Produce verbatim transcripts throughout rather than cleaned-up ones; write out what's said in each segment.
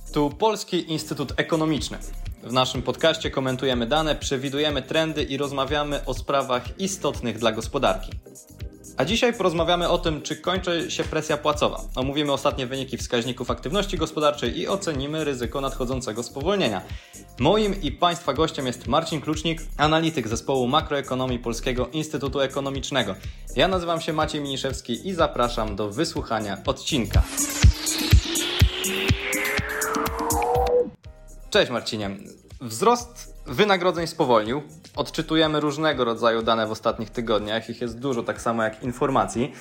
Tu Polski Instytut Ekonomiczny. W naszym podcaście komentujemy dane, przewidujemy trendy i rozmawiamy o sprawach istotnych dla gospodarki. A dzisiaj porozmawiamy o tym, czy kończy się presja płacowa. Omówimy ostatnie wyniki wskaźników aktywności gospodarczej i ocenimy ryzyko nadchodzącego spowolnienia. Moim i Państwa gościem jest Marcin Klucznik, analityk zespołu makroekonomii Polskiego Instytutu Ekonomicznego. Ja nazywam się Maciej Miniszewski i zapraszam do wysłuchania odcinka. Cześć Marcinie. Wzrost wynagrodzeń spowolnił. Odczytujemy różnego rodzaju dane w ostatnich tygodniach. Ich jest dużo, tak samo jak informacji.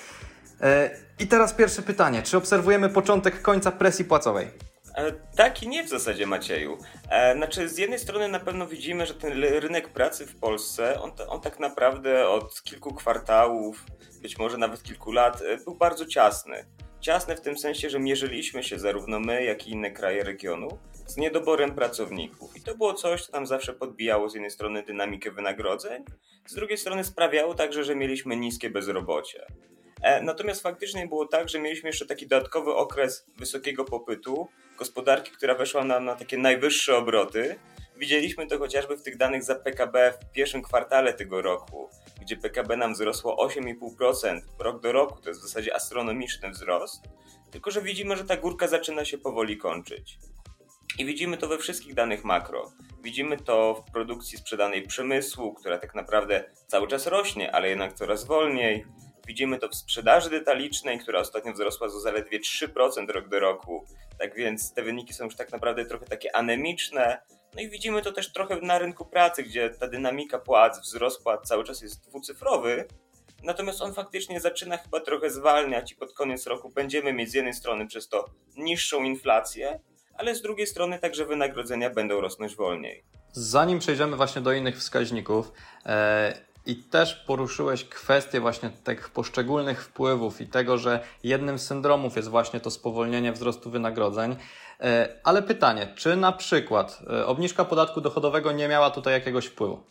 I teraz pierwsze pytanie. Czy obserwujemy początek końca presji płacowej? E, tak i nie w zasadzie, Macieju. E, znaczy z jednej strony na pewno widzimy, że ten rynek pracy w Polsce, on, on tak naprawdę od kilku kwartałów, być może nawet kilku lat, był bardzo ciasny. Ciasny w tym sensie, że mierzyliśmy się zarówno my, jak i inne kraje regionu z niedoborem pracowników. I to było coś, co nam zawsze podbijało z jednej strony dynamikę wynagrodzeń, z drugiej strony sprawiało także, że mieliśmy niskie bezrobocie. E, natomiast faktycznie było tak, że mieliśmy jeszcze taki dodatkowy okres wysokiego popytu, gospodarki, która weszła nam na takie najwyższe obroty. Widzieliśmy to chociażby w tych danych za P K B w pierwszym kwartale tego roku, gdzie P K B nam wzrosło osiem i pół procent rok do roku, to jest w zasadzie astronomiczny wzrost, tylko że widzimy, że ta górka zaczyna się powoli kończyć. I widzimy to we wszystkich danych makro. Widzimy to w produkcji sprzedanej przemysłu, która tak naprawdę cały czas rośnie, ale jednak coraz wolniej. Widzimy to w sprzedaży detalicznej, która ostatnio wzrosła o zaledwie trzy procent rok do roku. Tak więc te wyniki są już tak naprawdę trochę takie anemiczne. No i widzimy to też trochę na rynku pracy, gdzie ta dynamika płac, wzrost płac cały czas jest dwucyfrowy. Natomiast on faktycznie zaczyna chyba trochę zwalniać i pod koniec roku będziemy mieć z jednej strony przez to niższą inflację, ale z drugiej strony także wynagrodzenia będą rosnąć wolniej. Zanim przejdziemy właśnie do innych wskaźników e, i też poruszyłeś kwestię właśnie tych poszczególnych wpływów i tego, że jednym z syndromów jest właśnie to spowolnienie wzrostu wynagrodzeń, e, ale pytanie, czy na przykład e, obniżka podatku dochodowego nie miała tutaj jakiegoś wpływu?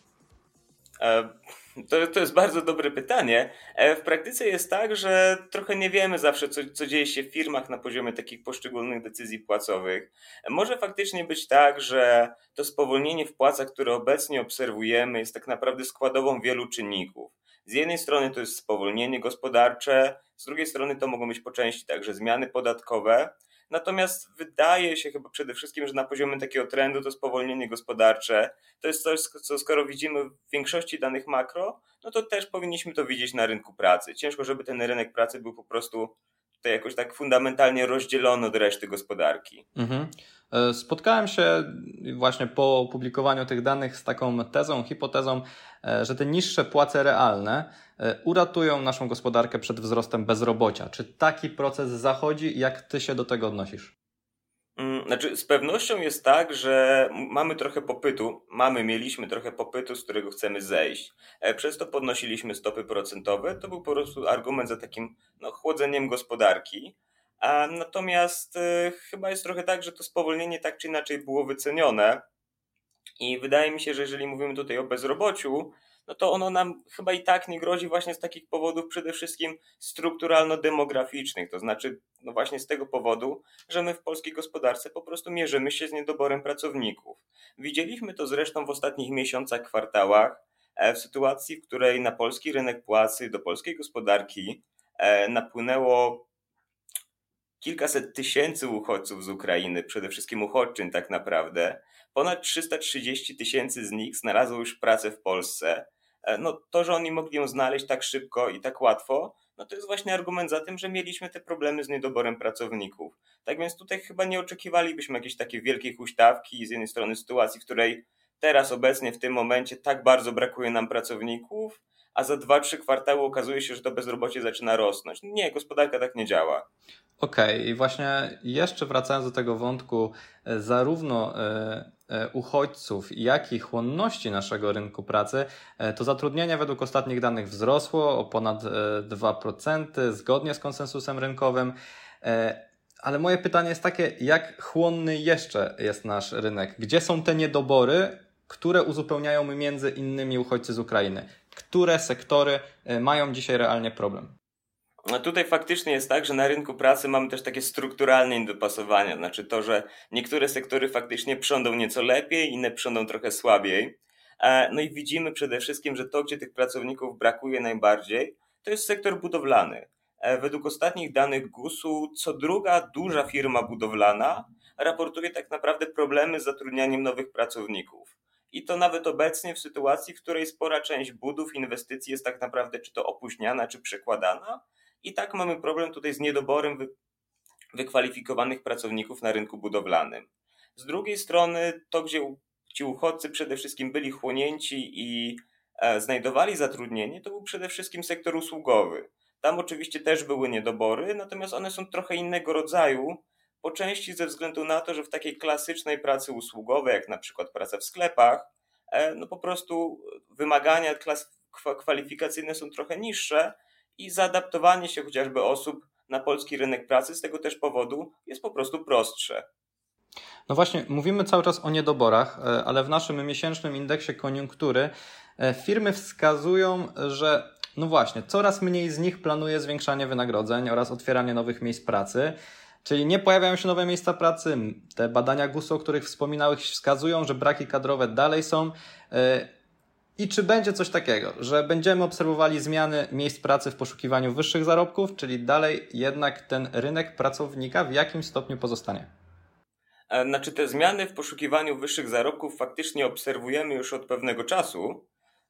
E, to, to jest bardzo dobre pytanie. E, w praktyce jest tak, że trochę nie wiemy zawsze, co, co dzieje się w firmach na poziomie takich poszczególnych decyzji płacowych. E, może faktycznie być tak, że to spowolnienie w płacach, które obecnie obserwujemy, jest tak naprawdę składową wielu czynników. Z jednej strony to jest spowolnienie gospodarcze, z drugiej strony to mogą być po części także zmiany podatkowe. Natomiast wydaje się chyba przede wszystkim, że na poziomie takiego trendu to spowolnienie gospodarcze to jest coś, co skoro widzimy w większości danych makro, no to też powinniśmy to widzieć na rynku pracy. Ciężko, żeby ten rynek pracy był po prostu tutaj jakoś tak fundamentalnie rozdzielony od reszty gospodarki. Mhm. Spotkałem się właśnie po opublikowaniu tych danych z taką tezą, hipotezą, że te niższe płace realne uratują naszą gospodarkę przed wzrostem bezrobocia. Czy taki proces zachodzi i jak ty się do tego odnosisz? Znaczy, z pewnością jest tak, że mamy trochę popytu, mamy, mieliśmy trochę popytu, z którego chcemy zejść. Przez to podnosiliśmy stopy procentowe. To był po prostu argument za takim no, chłodzeniem gospodarki. A natomiast y, chyba jest trochę tak, że to spowolnienie tak czy inaczej było wycenione. I wydaje mi się, że jeżeli mówimy tutaj o bezrobociu, no to ono nam chyba i tak nie grozi właśnie z takich powodów przede wszystkim strukturalno-demograficznych. To znaczy no właśnie z tego powodu, że my w polskiej gospodarce po prostu mierzymy się z niedoborem pracowników. Widzieliśmy to zresztą w ostatnich miesiącach, kwartałach, w sytuacji, w której na polski rynek pracy, do polskiej gospodarki napłynęło kilkaset tysięcy uchodźców z Ukrainy, przede wszystkim uchodźczyń tak naprawdę. Ponad trzysta trzydzieści tysięcy z nich znalazło już pracę w Polsce. No to, że oni mogli ją znaleźć tak szybko i tak łatwo, no to jest właśnie argument za tym, że mieliśmy te problemy z niedoborem pracowników. Tak więc tutaj chyba nie oczekiwalibyśmy jakiejś takiej wielkiej huśtawki z jednej strony sytuacji, w której teraz obecnie w tym momencie tak bardzo brakuje nam pracowników, a za dwa trzy kwartały okazuje się, że to bezrobocie zaczyna rosnąć. Nie, gospodarka tak nie działa. Okej, okay. I właśnie jeszcze wracając do tego wątku zarówno uchodźców, jak i chłonności naszego rynku pracy, to zatrudnienie według ostatnich danych wzrosło o ponad dwa procent zgodnie z konsensusem rynkowym. Ale moje pytanie jest takie, jak chłonny jeszcze jest nasz rynek? Gdzie są te niedobory, które uzupełniają między innymi uchodźcy z Ukrainy? Które sektory mają dzisiaj realnie problem? No tutaj faktycznie jest tak, że na rynku pracy mamy też takie strukturalne niedopasowania. Znaczy to, że niektóre sektory faktycznie prządą nieco lepiej, inne prządą trochę słabiej. E, No i widzimy przede wszystkim, że to, gdzie tych pracowników brakuje najbardziej, to jest sektor budowlany. E, Według ostatnich danych gusu, co druga duża firma budowlana raportuje tak naprawdę problemy z zatrudnianiem nowych pracowników. I to nawet obecnie w sytuacji, w której spora część budów, inwestycji jest tak naprawdę czy to opóźniana, czy przekładana. I tak mamy problem tutaj z niedoborem wy, wykwalifikowanych pracowników na rynku budowlanym. Z drugiej strony to, gdzie ci uchodźcy przede wszystkim byli chłonięci i e, znajdowali zatrudnienie, to był przede wszystkim sektor usługowy. Tam oczywiście też były niedobory, natomiast one są trochę innego rodzaju, po części ze względu na to, że w takiej klasycznej pracy usługowej, jak na przykład praca w sklepach, e, no po prostu wymagania klas, kwalifikacyjne są trochę niższe, i zaadaptowanie się chociażby osób na polski rynek pracy z tego też powodu jest po prostu prostsze. No właśnie, mówimy cały czas o niedoborach, ale w naszym miesięcznym indeksie koniunktury firmy wskazują, że no właśnie, coraz mniej z nich planuje zwiększanie wynagrodzeń oraz otwieranie nowych miejsc pracy, czyli nie pojawiają się nowe miejsca pracy. Te badania gusu, o których wspominałeś, wskazują, że braki kadrowe dalej są. I czy będzie coś takiego, że będziemy obserwowali zmiany miejsc pracy w poszukiwaniu wyższych zarobków, czyli dalej jednak ten rynek pracownika w jakimś stopniu pozostanie? Znaczy te zmiany w poszukiwaniu wyższych zarobków faktycznie obserwujemy już od pewnego czasu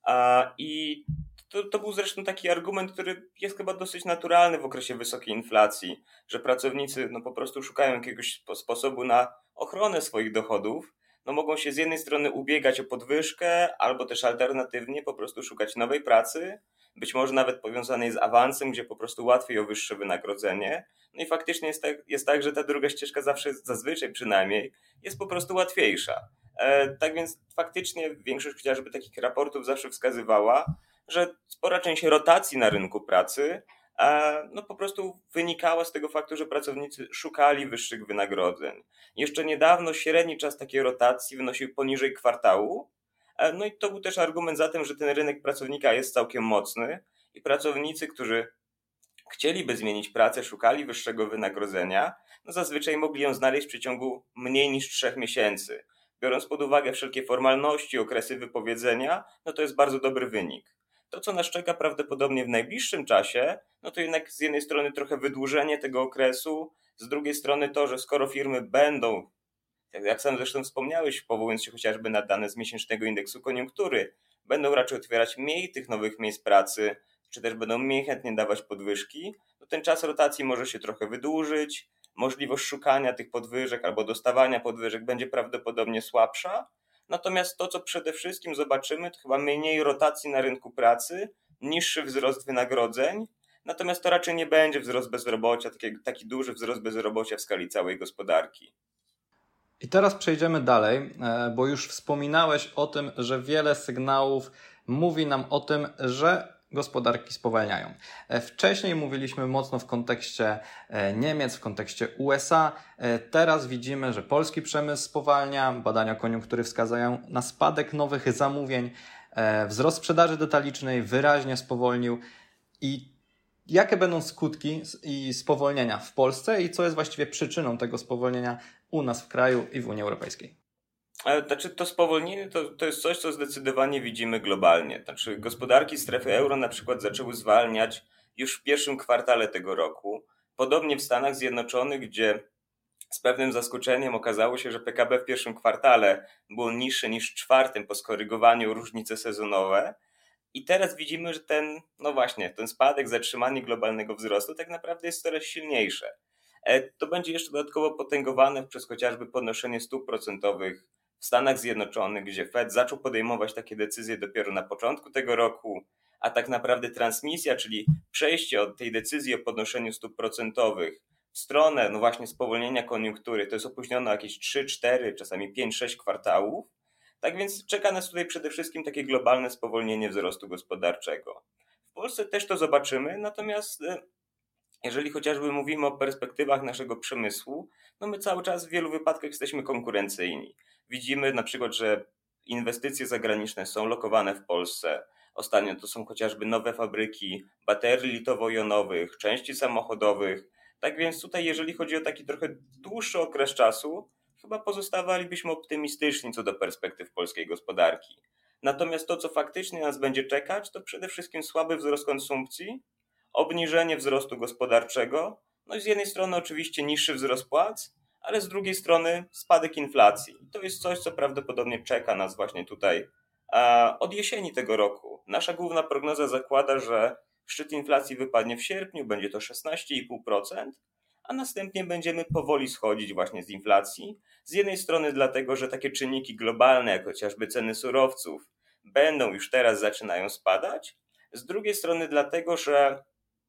i to, to był zresztą taki argument, który jest chyba dosyć naturalny w okresie wysokiej inflacji, że pracownicy no po prostu szukają jakiegoś sposobu na ochronę swoich dochodów. No mogą się z jednej strony ubiegać o podwyżkę, albo też alternatywnie po prostu szukać nowej pracy, być może nawet powiązanej z awansem, gdzie po prostu łatwiej o wyższe wynagrodzenie. No i faktycznie jest tak, jest tak, że ta druga ścieżka zawsze, zazwyczaj przynajmniej, jest po prostu łatwiejsza. E, tak więc faktycznie większość chociażby takich raportów zawsze wskazywała, że spora część rotacji na rynku pracy no po prostu wynikała z tego faktu, że pracownicy szukali wyższych wynagrodzeń. Jeszcze niedawno średni czas takiej rotacji wynosił poniżej kwartału, no i to był też argument za tym, że ten rynek pracownika jest całkiem mocny i pracownicy, którzy chcieliby zmienić pracę, szukali wyższego wynagrodzenia, no zazwyczaj mogli ją znaleźć w przeciągu mniej niż trzech miesięcy. Biorąc pod uwagę wszelkie formalności, okresy wypowiedzenia, no to jest bardzo dobry wynik. To, co nas czeka prawdopodobnie w najbliższym czasie, no to jednak z jednej strony trochę wydłużenie tego okresu, z drugiej strony to, że skoro firmy będą, jak sam zresztą wspomniałeś, powołując się chociażby na dane z miesięcznego indeksu koniunktury, będą raczej otwierać mniej tych nowych miejsc pracy, czy też będą mniej chętnie dawać podwyżki, to ten czas rotacji może się trochę wydłużyć, możliwość szukania tych podwyżek albo dostawania podwyżek będzie prawdopodobnie słabsza. Natomiast to, co przede wszystkim zobaczymy, to chyba mniej rotacji na rynku pracy, niższy wzrost wynagrodzeń, natomiast to raczej nie będzie wzrost bezrobocia, taki, taki duży wzrost bezrobocia w skali całej gospodarki. I teraz przejdziemy dalej, bo już wspominałeś o tym, że wiele sygnałów mówi nam o tym, że gospodarki spowalniają. Wcześniej mówiliśmy mocno w kontekście Niemiec, w kontekście U S A. Teraz widzimy, że polski przemysł spowalnia, badania koniunktury wskazują na spadek nowych zamówień, wzrost sprzedaży detalicznej wyraźnie spowolnił. I jakie będą skutki i spowolnienia w Polsce i co jest właściwie przyczyną tego spowolnienia u nas w kraju i w Unii Europejskiej? Znaczy to spowolnienie to, to jest coś, co zdecydowanie widzimy globalnie. Znaczy gospodarki strefy euro na przykład zaczęły zwalniać już w pierwszym kwartale tego roku. Podobnie w Stanach Zjednoczonych, gdzie z pewnym zaskoczeniem okazało się, że P K B w pierwszym kwartale było niższe niż w czwartym po skorygowaniu różnice sezonowe. I teraz widzimy, że ten, no właśnie, ten spadek, zatrzymanie globalnego wzrostu tak naprawdę jest coraz silniejsze. To będzie jeszcze dodatkowo potęgowane przez chociażby podnoszenie stóp procentowych w Stanach Zjednoczonych, gdzie Fed zaczął podejmować takie decyzje dopiero na początku tego roku, a tak naprawdę transmisja, czyli przejście od tej decyzji o podnoszeniu stóp procentowych w stronę, no właśnie, spowolnienia koniunktury, to jest opóźnione o jakieś trzy, cztery, czasami pięć, sześć kwartałów. Tak więc czeka nas tutaj przede wszystkim takie globalne spowolnienie wzrostu gospodarczego. W Polsce też to zobaczymy, natomiast jeżeli chociażby mówimy o perspektywach naszego przemysłu, no my cały czas w wielu wypadkach jesteśmy konkurencyjni. Widzimy na przykład, że inwestycje zagraniczne są lokowane w Polsce. ostatnio to są chociażby nowe fabryki baterii litowo-jonowych, części samochodowych. Tak więc tutaj, jeżeli chodzi o taki trochę dłuższy okres czasu, chyba pozostawalibyśmy optymistyczni co do perspektyw polskiej gospodarki. Natomiast to, co faktycznie nas będzie czekać, to przede wszystkim słaby wzrost konsumpcji, obniżenie wzrostu gospodarczego, no i z jednej strony oczywiście niższy wzrost płac, ale z drugiej strony spadek inflacji. To jest coś, co prawdopodobnie czeka nas właśnie tutaj od jesieni tego roku. Nasza główna prognoza zakłada, że szczyt inflacji wypadnie w sierpniu, będzie to szesnaście i pół procent, a następnie będziemy powoli schodzić właśnie z inflacji. Z jednej strony dlatego, że takie czynniki globalne, jak chociażby ceny surowców, będą już teraz zaczynają spadać. Z drugiej strony dlatego, że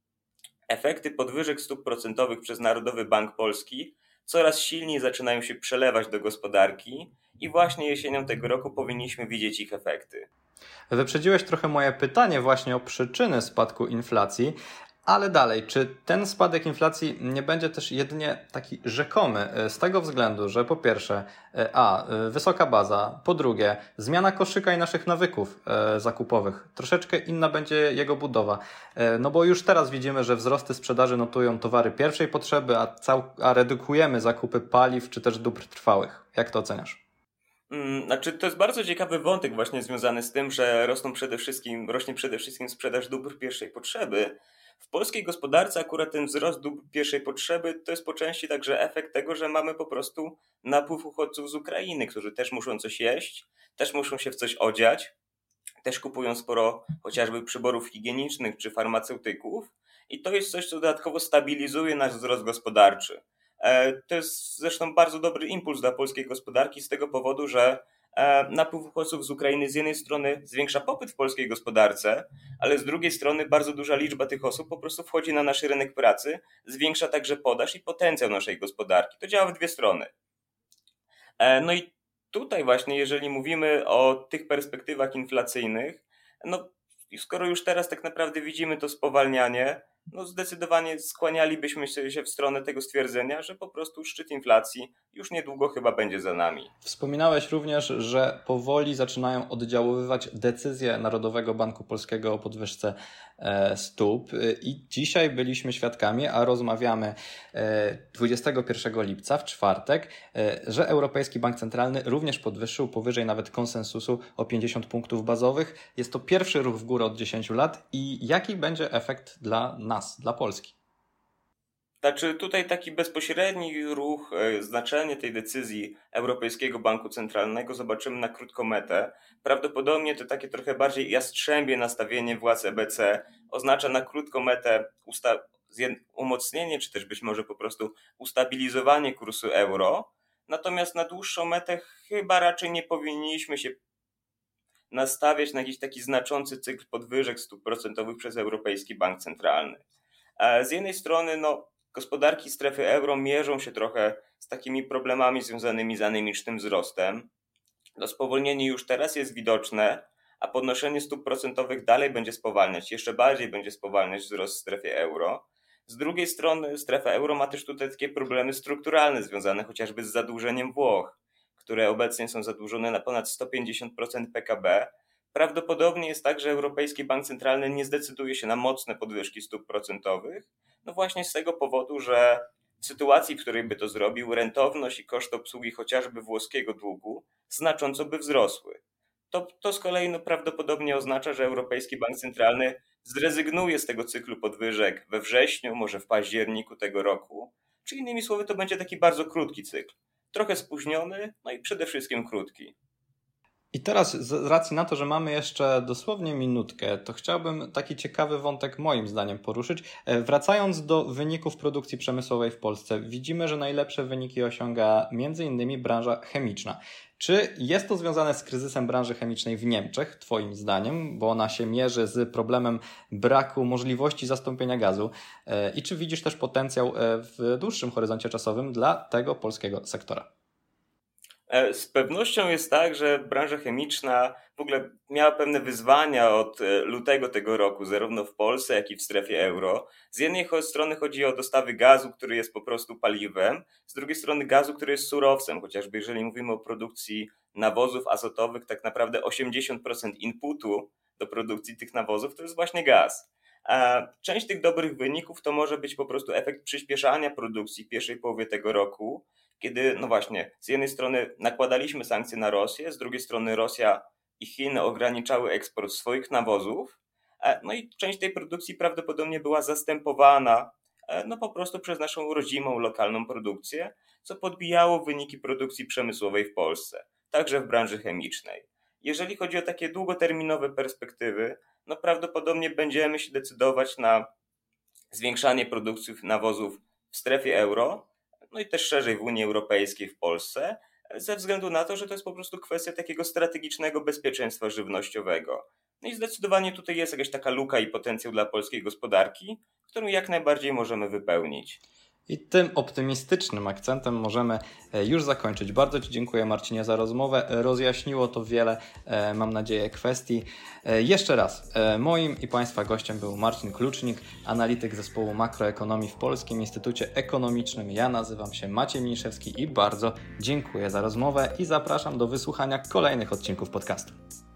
efekty podwyżek stóp procentowych przez Narodowy Bank Polski coraz silniej zaczynają się przelewać do gospodarki i właśnie jesienią tego roku powinniśmy widzieć ich efekty. Wyprzedziłeś trochę moje pytanie właśnie o przyczyny spadku inflacji, ale dalej, czy ten spadek inflacji nie będzie też jedynie taki rzekomy z tego względu, że po pierwsze a, wysoka baza, po drugie zmiana koszyka i naszych nawyków zakupowych, troszeczkę inna będzie jego budowa, no bo już teraz widzimy, że wzrosty sprzedaży notują towary pierwszej potrzeby, a, cał, a redukujemy zakupy paliw czy też dóbr trwałych. Jak to oceniasz? Znaczy, to jest bardzo ciekawy wątek właśnie związany z tym, że rosną przede wszystkim, rośnie przede wszystkim sprzedaż dóbr pierwszej potrzeby. W polskiej gospodarce akurat ten wzrost dóbr pierwszej potrzeby to jest po części także efekt tego, że mamy po prostu napływ uchodźców z Ukrainy, którzy też muszą coś jeść, też muszą się w coś odziać, też kupują sporo chociażby przyborów higienicznych czy farmaceutyków i to jest coś, co dodatkowo stabilizuje nasz wzrost gospodarczy. To jest zresztą bardzo dobry impuls dla polskiej gospodarki z tego powodu, że napływ uchodźców z Ukrainy z jednej strony zwiększa popyt w polskiej gospodarce, ale z drugiej strony bardzo duża liczba tych osób po prostu wchodzi na nasz rynek pracy, zwiększa także podaż i potencjał naszej gospodarki. To działa w dwie strony. No i tutaj właśnie, jeżeli mówimy o tych perspektywach inflacyjnych, no skoro już teraz tak naprawdę widzimy to spowalnianie, no zdecydowanie skłanialibyśmy się w stronę tego stwierdzenia, że po prostu szczyt inflacji już niedługo chyba będzie za nami. Wspominałeś również, że powoli zaczynają oddziaływać decyzje Narodowego Banku Polskiego o podwyżce stóp i dzisiaj byliśmy świadkami, a rozmawiamy dwudziestego pierwszego lipca w czwartek, że Europejski Bank Centralny również podwyższył powyżej nawet konsensusu o pięćdziesiąt punktów bazowych. Jest to pierwszy ruch w górę od dziesięciu lat i jaki będzie efekt dla nas, dla Polski? Znaczy tutaj taki bezpośredni ruch, znaczenie tej decyzji Europejskiego Banku Centralnego zobaczymy na krótką metę. Prawdopodobnie to takie trochę bardziej jastrzębie nastawienie władz E B C oznacza na krótką metę usta- umocnienie, czy też być może po prostu ustabilizowanie kursu euro. Natomiast na dłuższą metę chyba raczej nie powinniśmy się nastawiać na jakiś taki znaczący cykl podwyżek stóp procentowych przez Europejski Bank Centralny. Z jednej strony no, gospodarki strefy euro mierzą się trochę z takimi problemami związanymi z anemicznym wzrostem. To spowolnienie już teraz jest widoczne, a podnoszenie stóp procentowych dalej będzie spowalniać, jeszcze bardziej będzie spowalniać wzrost w strefie euro. Z drugiej strony strefa euro ma też tutaj takie problemy strukturalne związane chociażby z zadłużeniem Włoch, które obecnie są zadłużone na ponad sto pięćdziesiąt procent P K B. Prawdopodobnie jest tak, że Europejski Bank Centralny nie zdecyduje się na mocne podwyżki stóp procentowych, no właśnie z tego powodu, że w sytuacji, w której by to zrobił, rentowność i koszt obsługi chociażby włoskiego długu znacząco by wzrosły. To, to z kolei no, prawdopodobnie oznacza, że Europejski Bank Centralny zrezygnuje z tego cyklu podwyżek we wrześniu, może w październiku tego roku, czy innymi słowy to będzie taki bardzo krótki cykl. Trochę spóźniony, no i przede wszystkim krótki. I teraz z racji na to, że mamy jeszcze dosłownie minutkę, to chciałbym taki ciekawy wątek moim zdaniem poruszyć. Wracając do wyników produkcji przemysłowej w Polsce, widzimy, że najlepsze wyniki osiąga między innymi branża chemiczna. Czy jest to związane z kryzysem branży chemicznej w Niemczech, twoim zdaniem, bo ona się mierzy z problemem braku możliwości zastąpienia gazu i czy widzisz też potencjał w dłuższym horyzoncie czasowym dla tego polskiego sektora? Z pewnością jest tak, że branża chemiczna w ogóle miała pewne wyzwania od lutego tego roku, zarówno w Polsce, jak i w strefie euro. Z jednej strony chodzi o dostawy gazu, który jest po prostu paliwem, z drugiej strony gazu, który jest surowcem, chociażby jeżeli mówimy o produkcji nawozów azotowych, tak naprawdę osiemdziesiąt procent inputu do produkcji tych nawozów, to jest właśnie gaz. A część tych dobrych wyników to może być po prostu efekt przyspieszania produkcji w pierwszej połowie tego roku, kiedy, no właśnie, z jednej strony nakładaliśmy sankcje na Rosję, z drugiej strony Rosja i Chiny ograniczały eksport swoich nawozów, no i część tej produkcji prawdopodobnie była zastępowana no po prostu przez naszą rodzimą, lokalną produkcję, co podbijało wyniki produkcji przemysłowej w Polsce, także w branży chemicznej. Jeżeli chodzi o takie długoterminowe perspektywy, no prawdopodobnie będziemy się decydować na zwiększanie produkcji nawozów w strefie euro, no i też szerzej w Unii Europejskiej, w Polsce, ze względu na to, że to jest po prostu kwestia takiego strategicznego bezpieczeństwa żywnościowego. No i zdecydowanie tutaj jest jakaś taka luka i potencjał dla polskiej gospodarki, którą jak najbardziej możemy wypełnić. I tym optymistycznym akcentem możemy już zakończyć. Bardzo Ci dziękuję, Marcinie, za rozmowę. Rozjaśniło to wiele, mam nadzieję, kwestii. Jeszcze raz, moim i Państwa gościem był Marcin Klucznik, analityk zespołu makroekonomii w Polskim Instytucie Ekonomicznym. Ja nazywam się Maciej Mniszewski i bardzo dziękuję za rozmowę i zapraszam do wysłuchania kolejnych odcinków podcastu.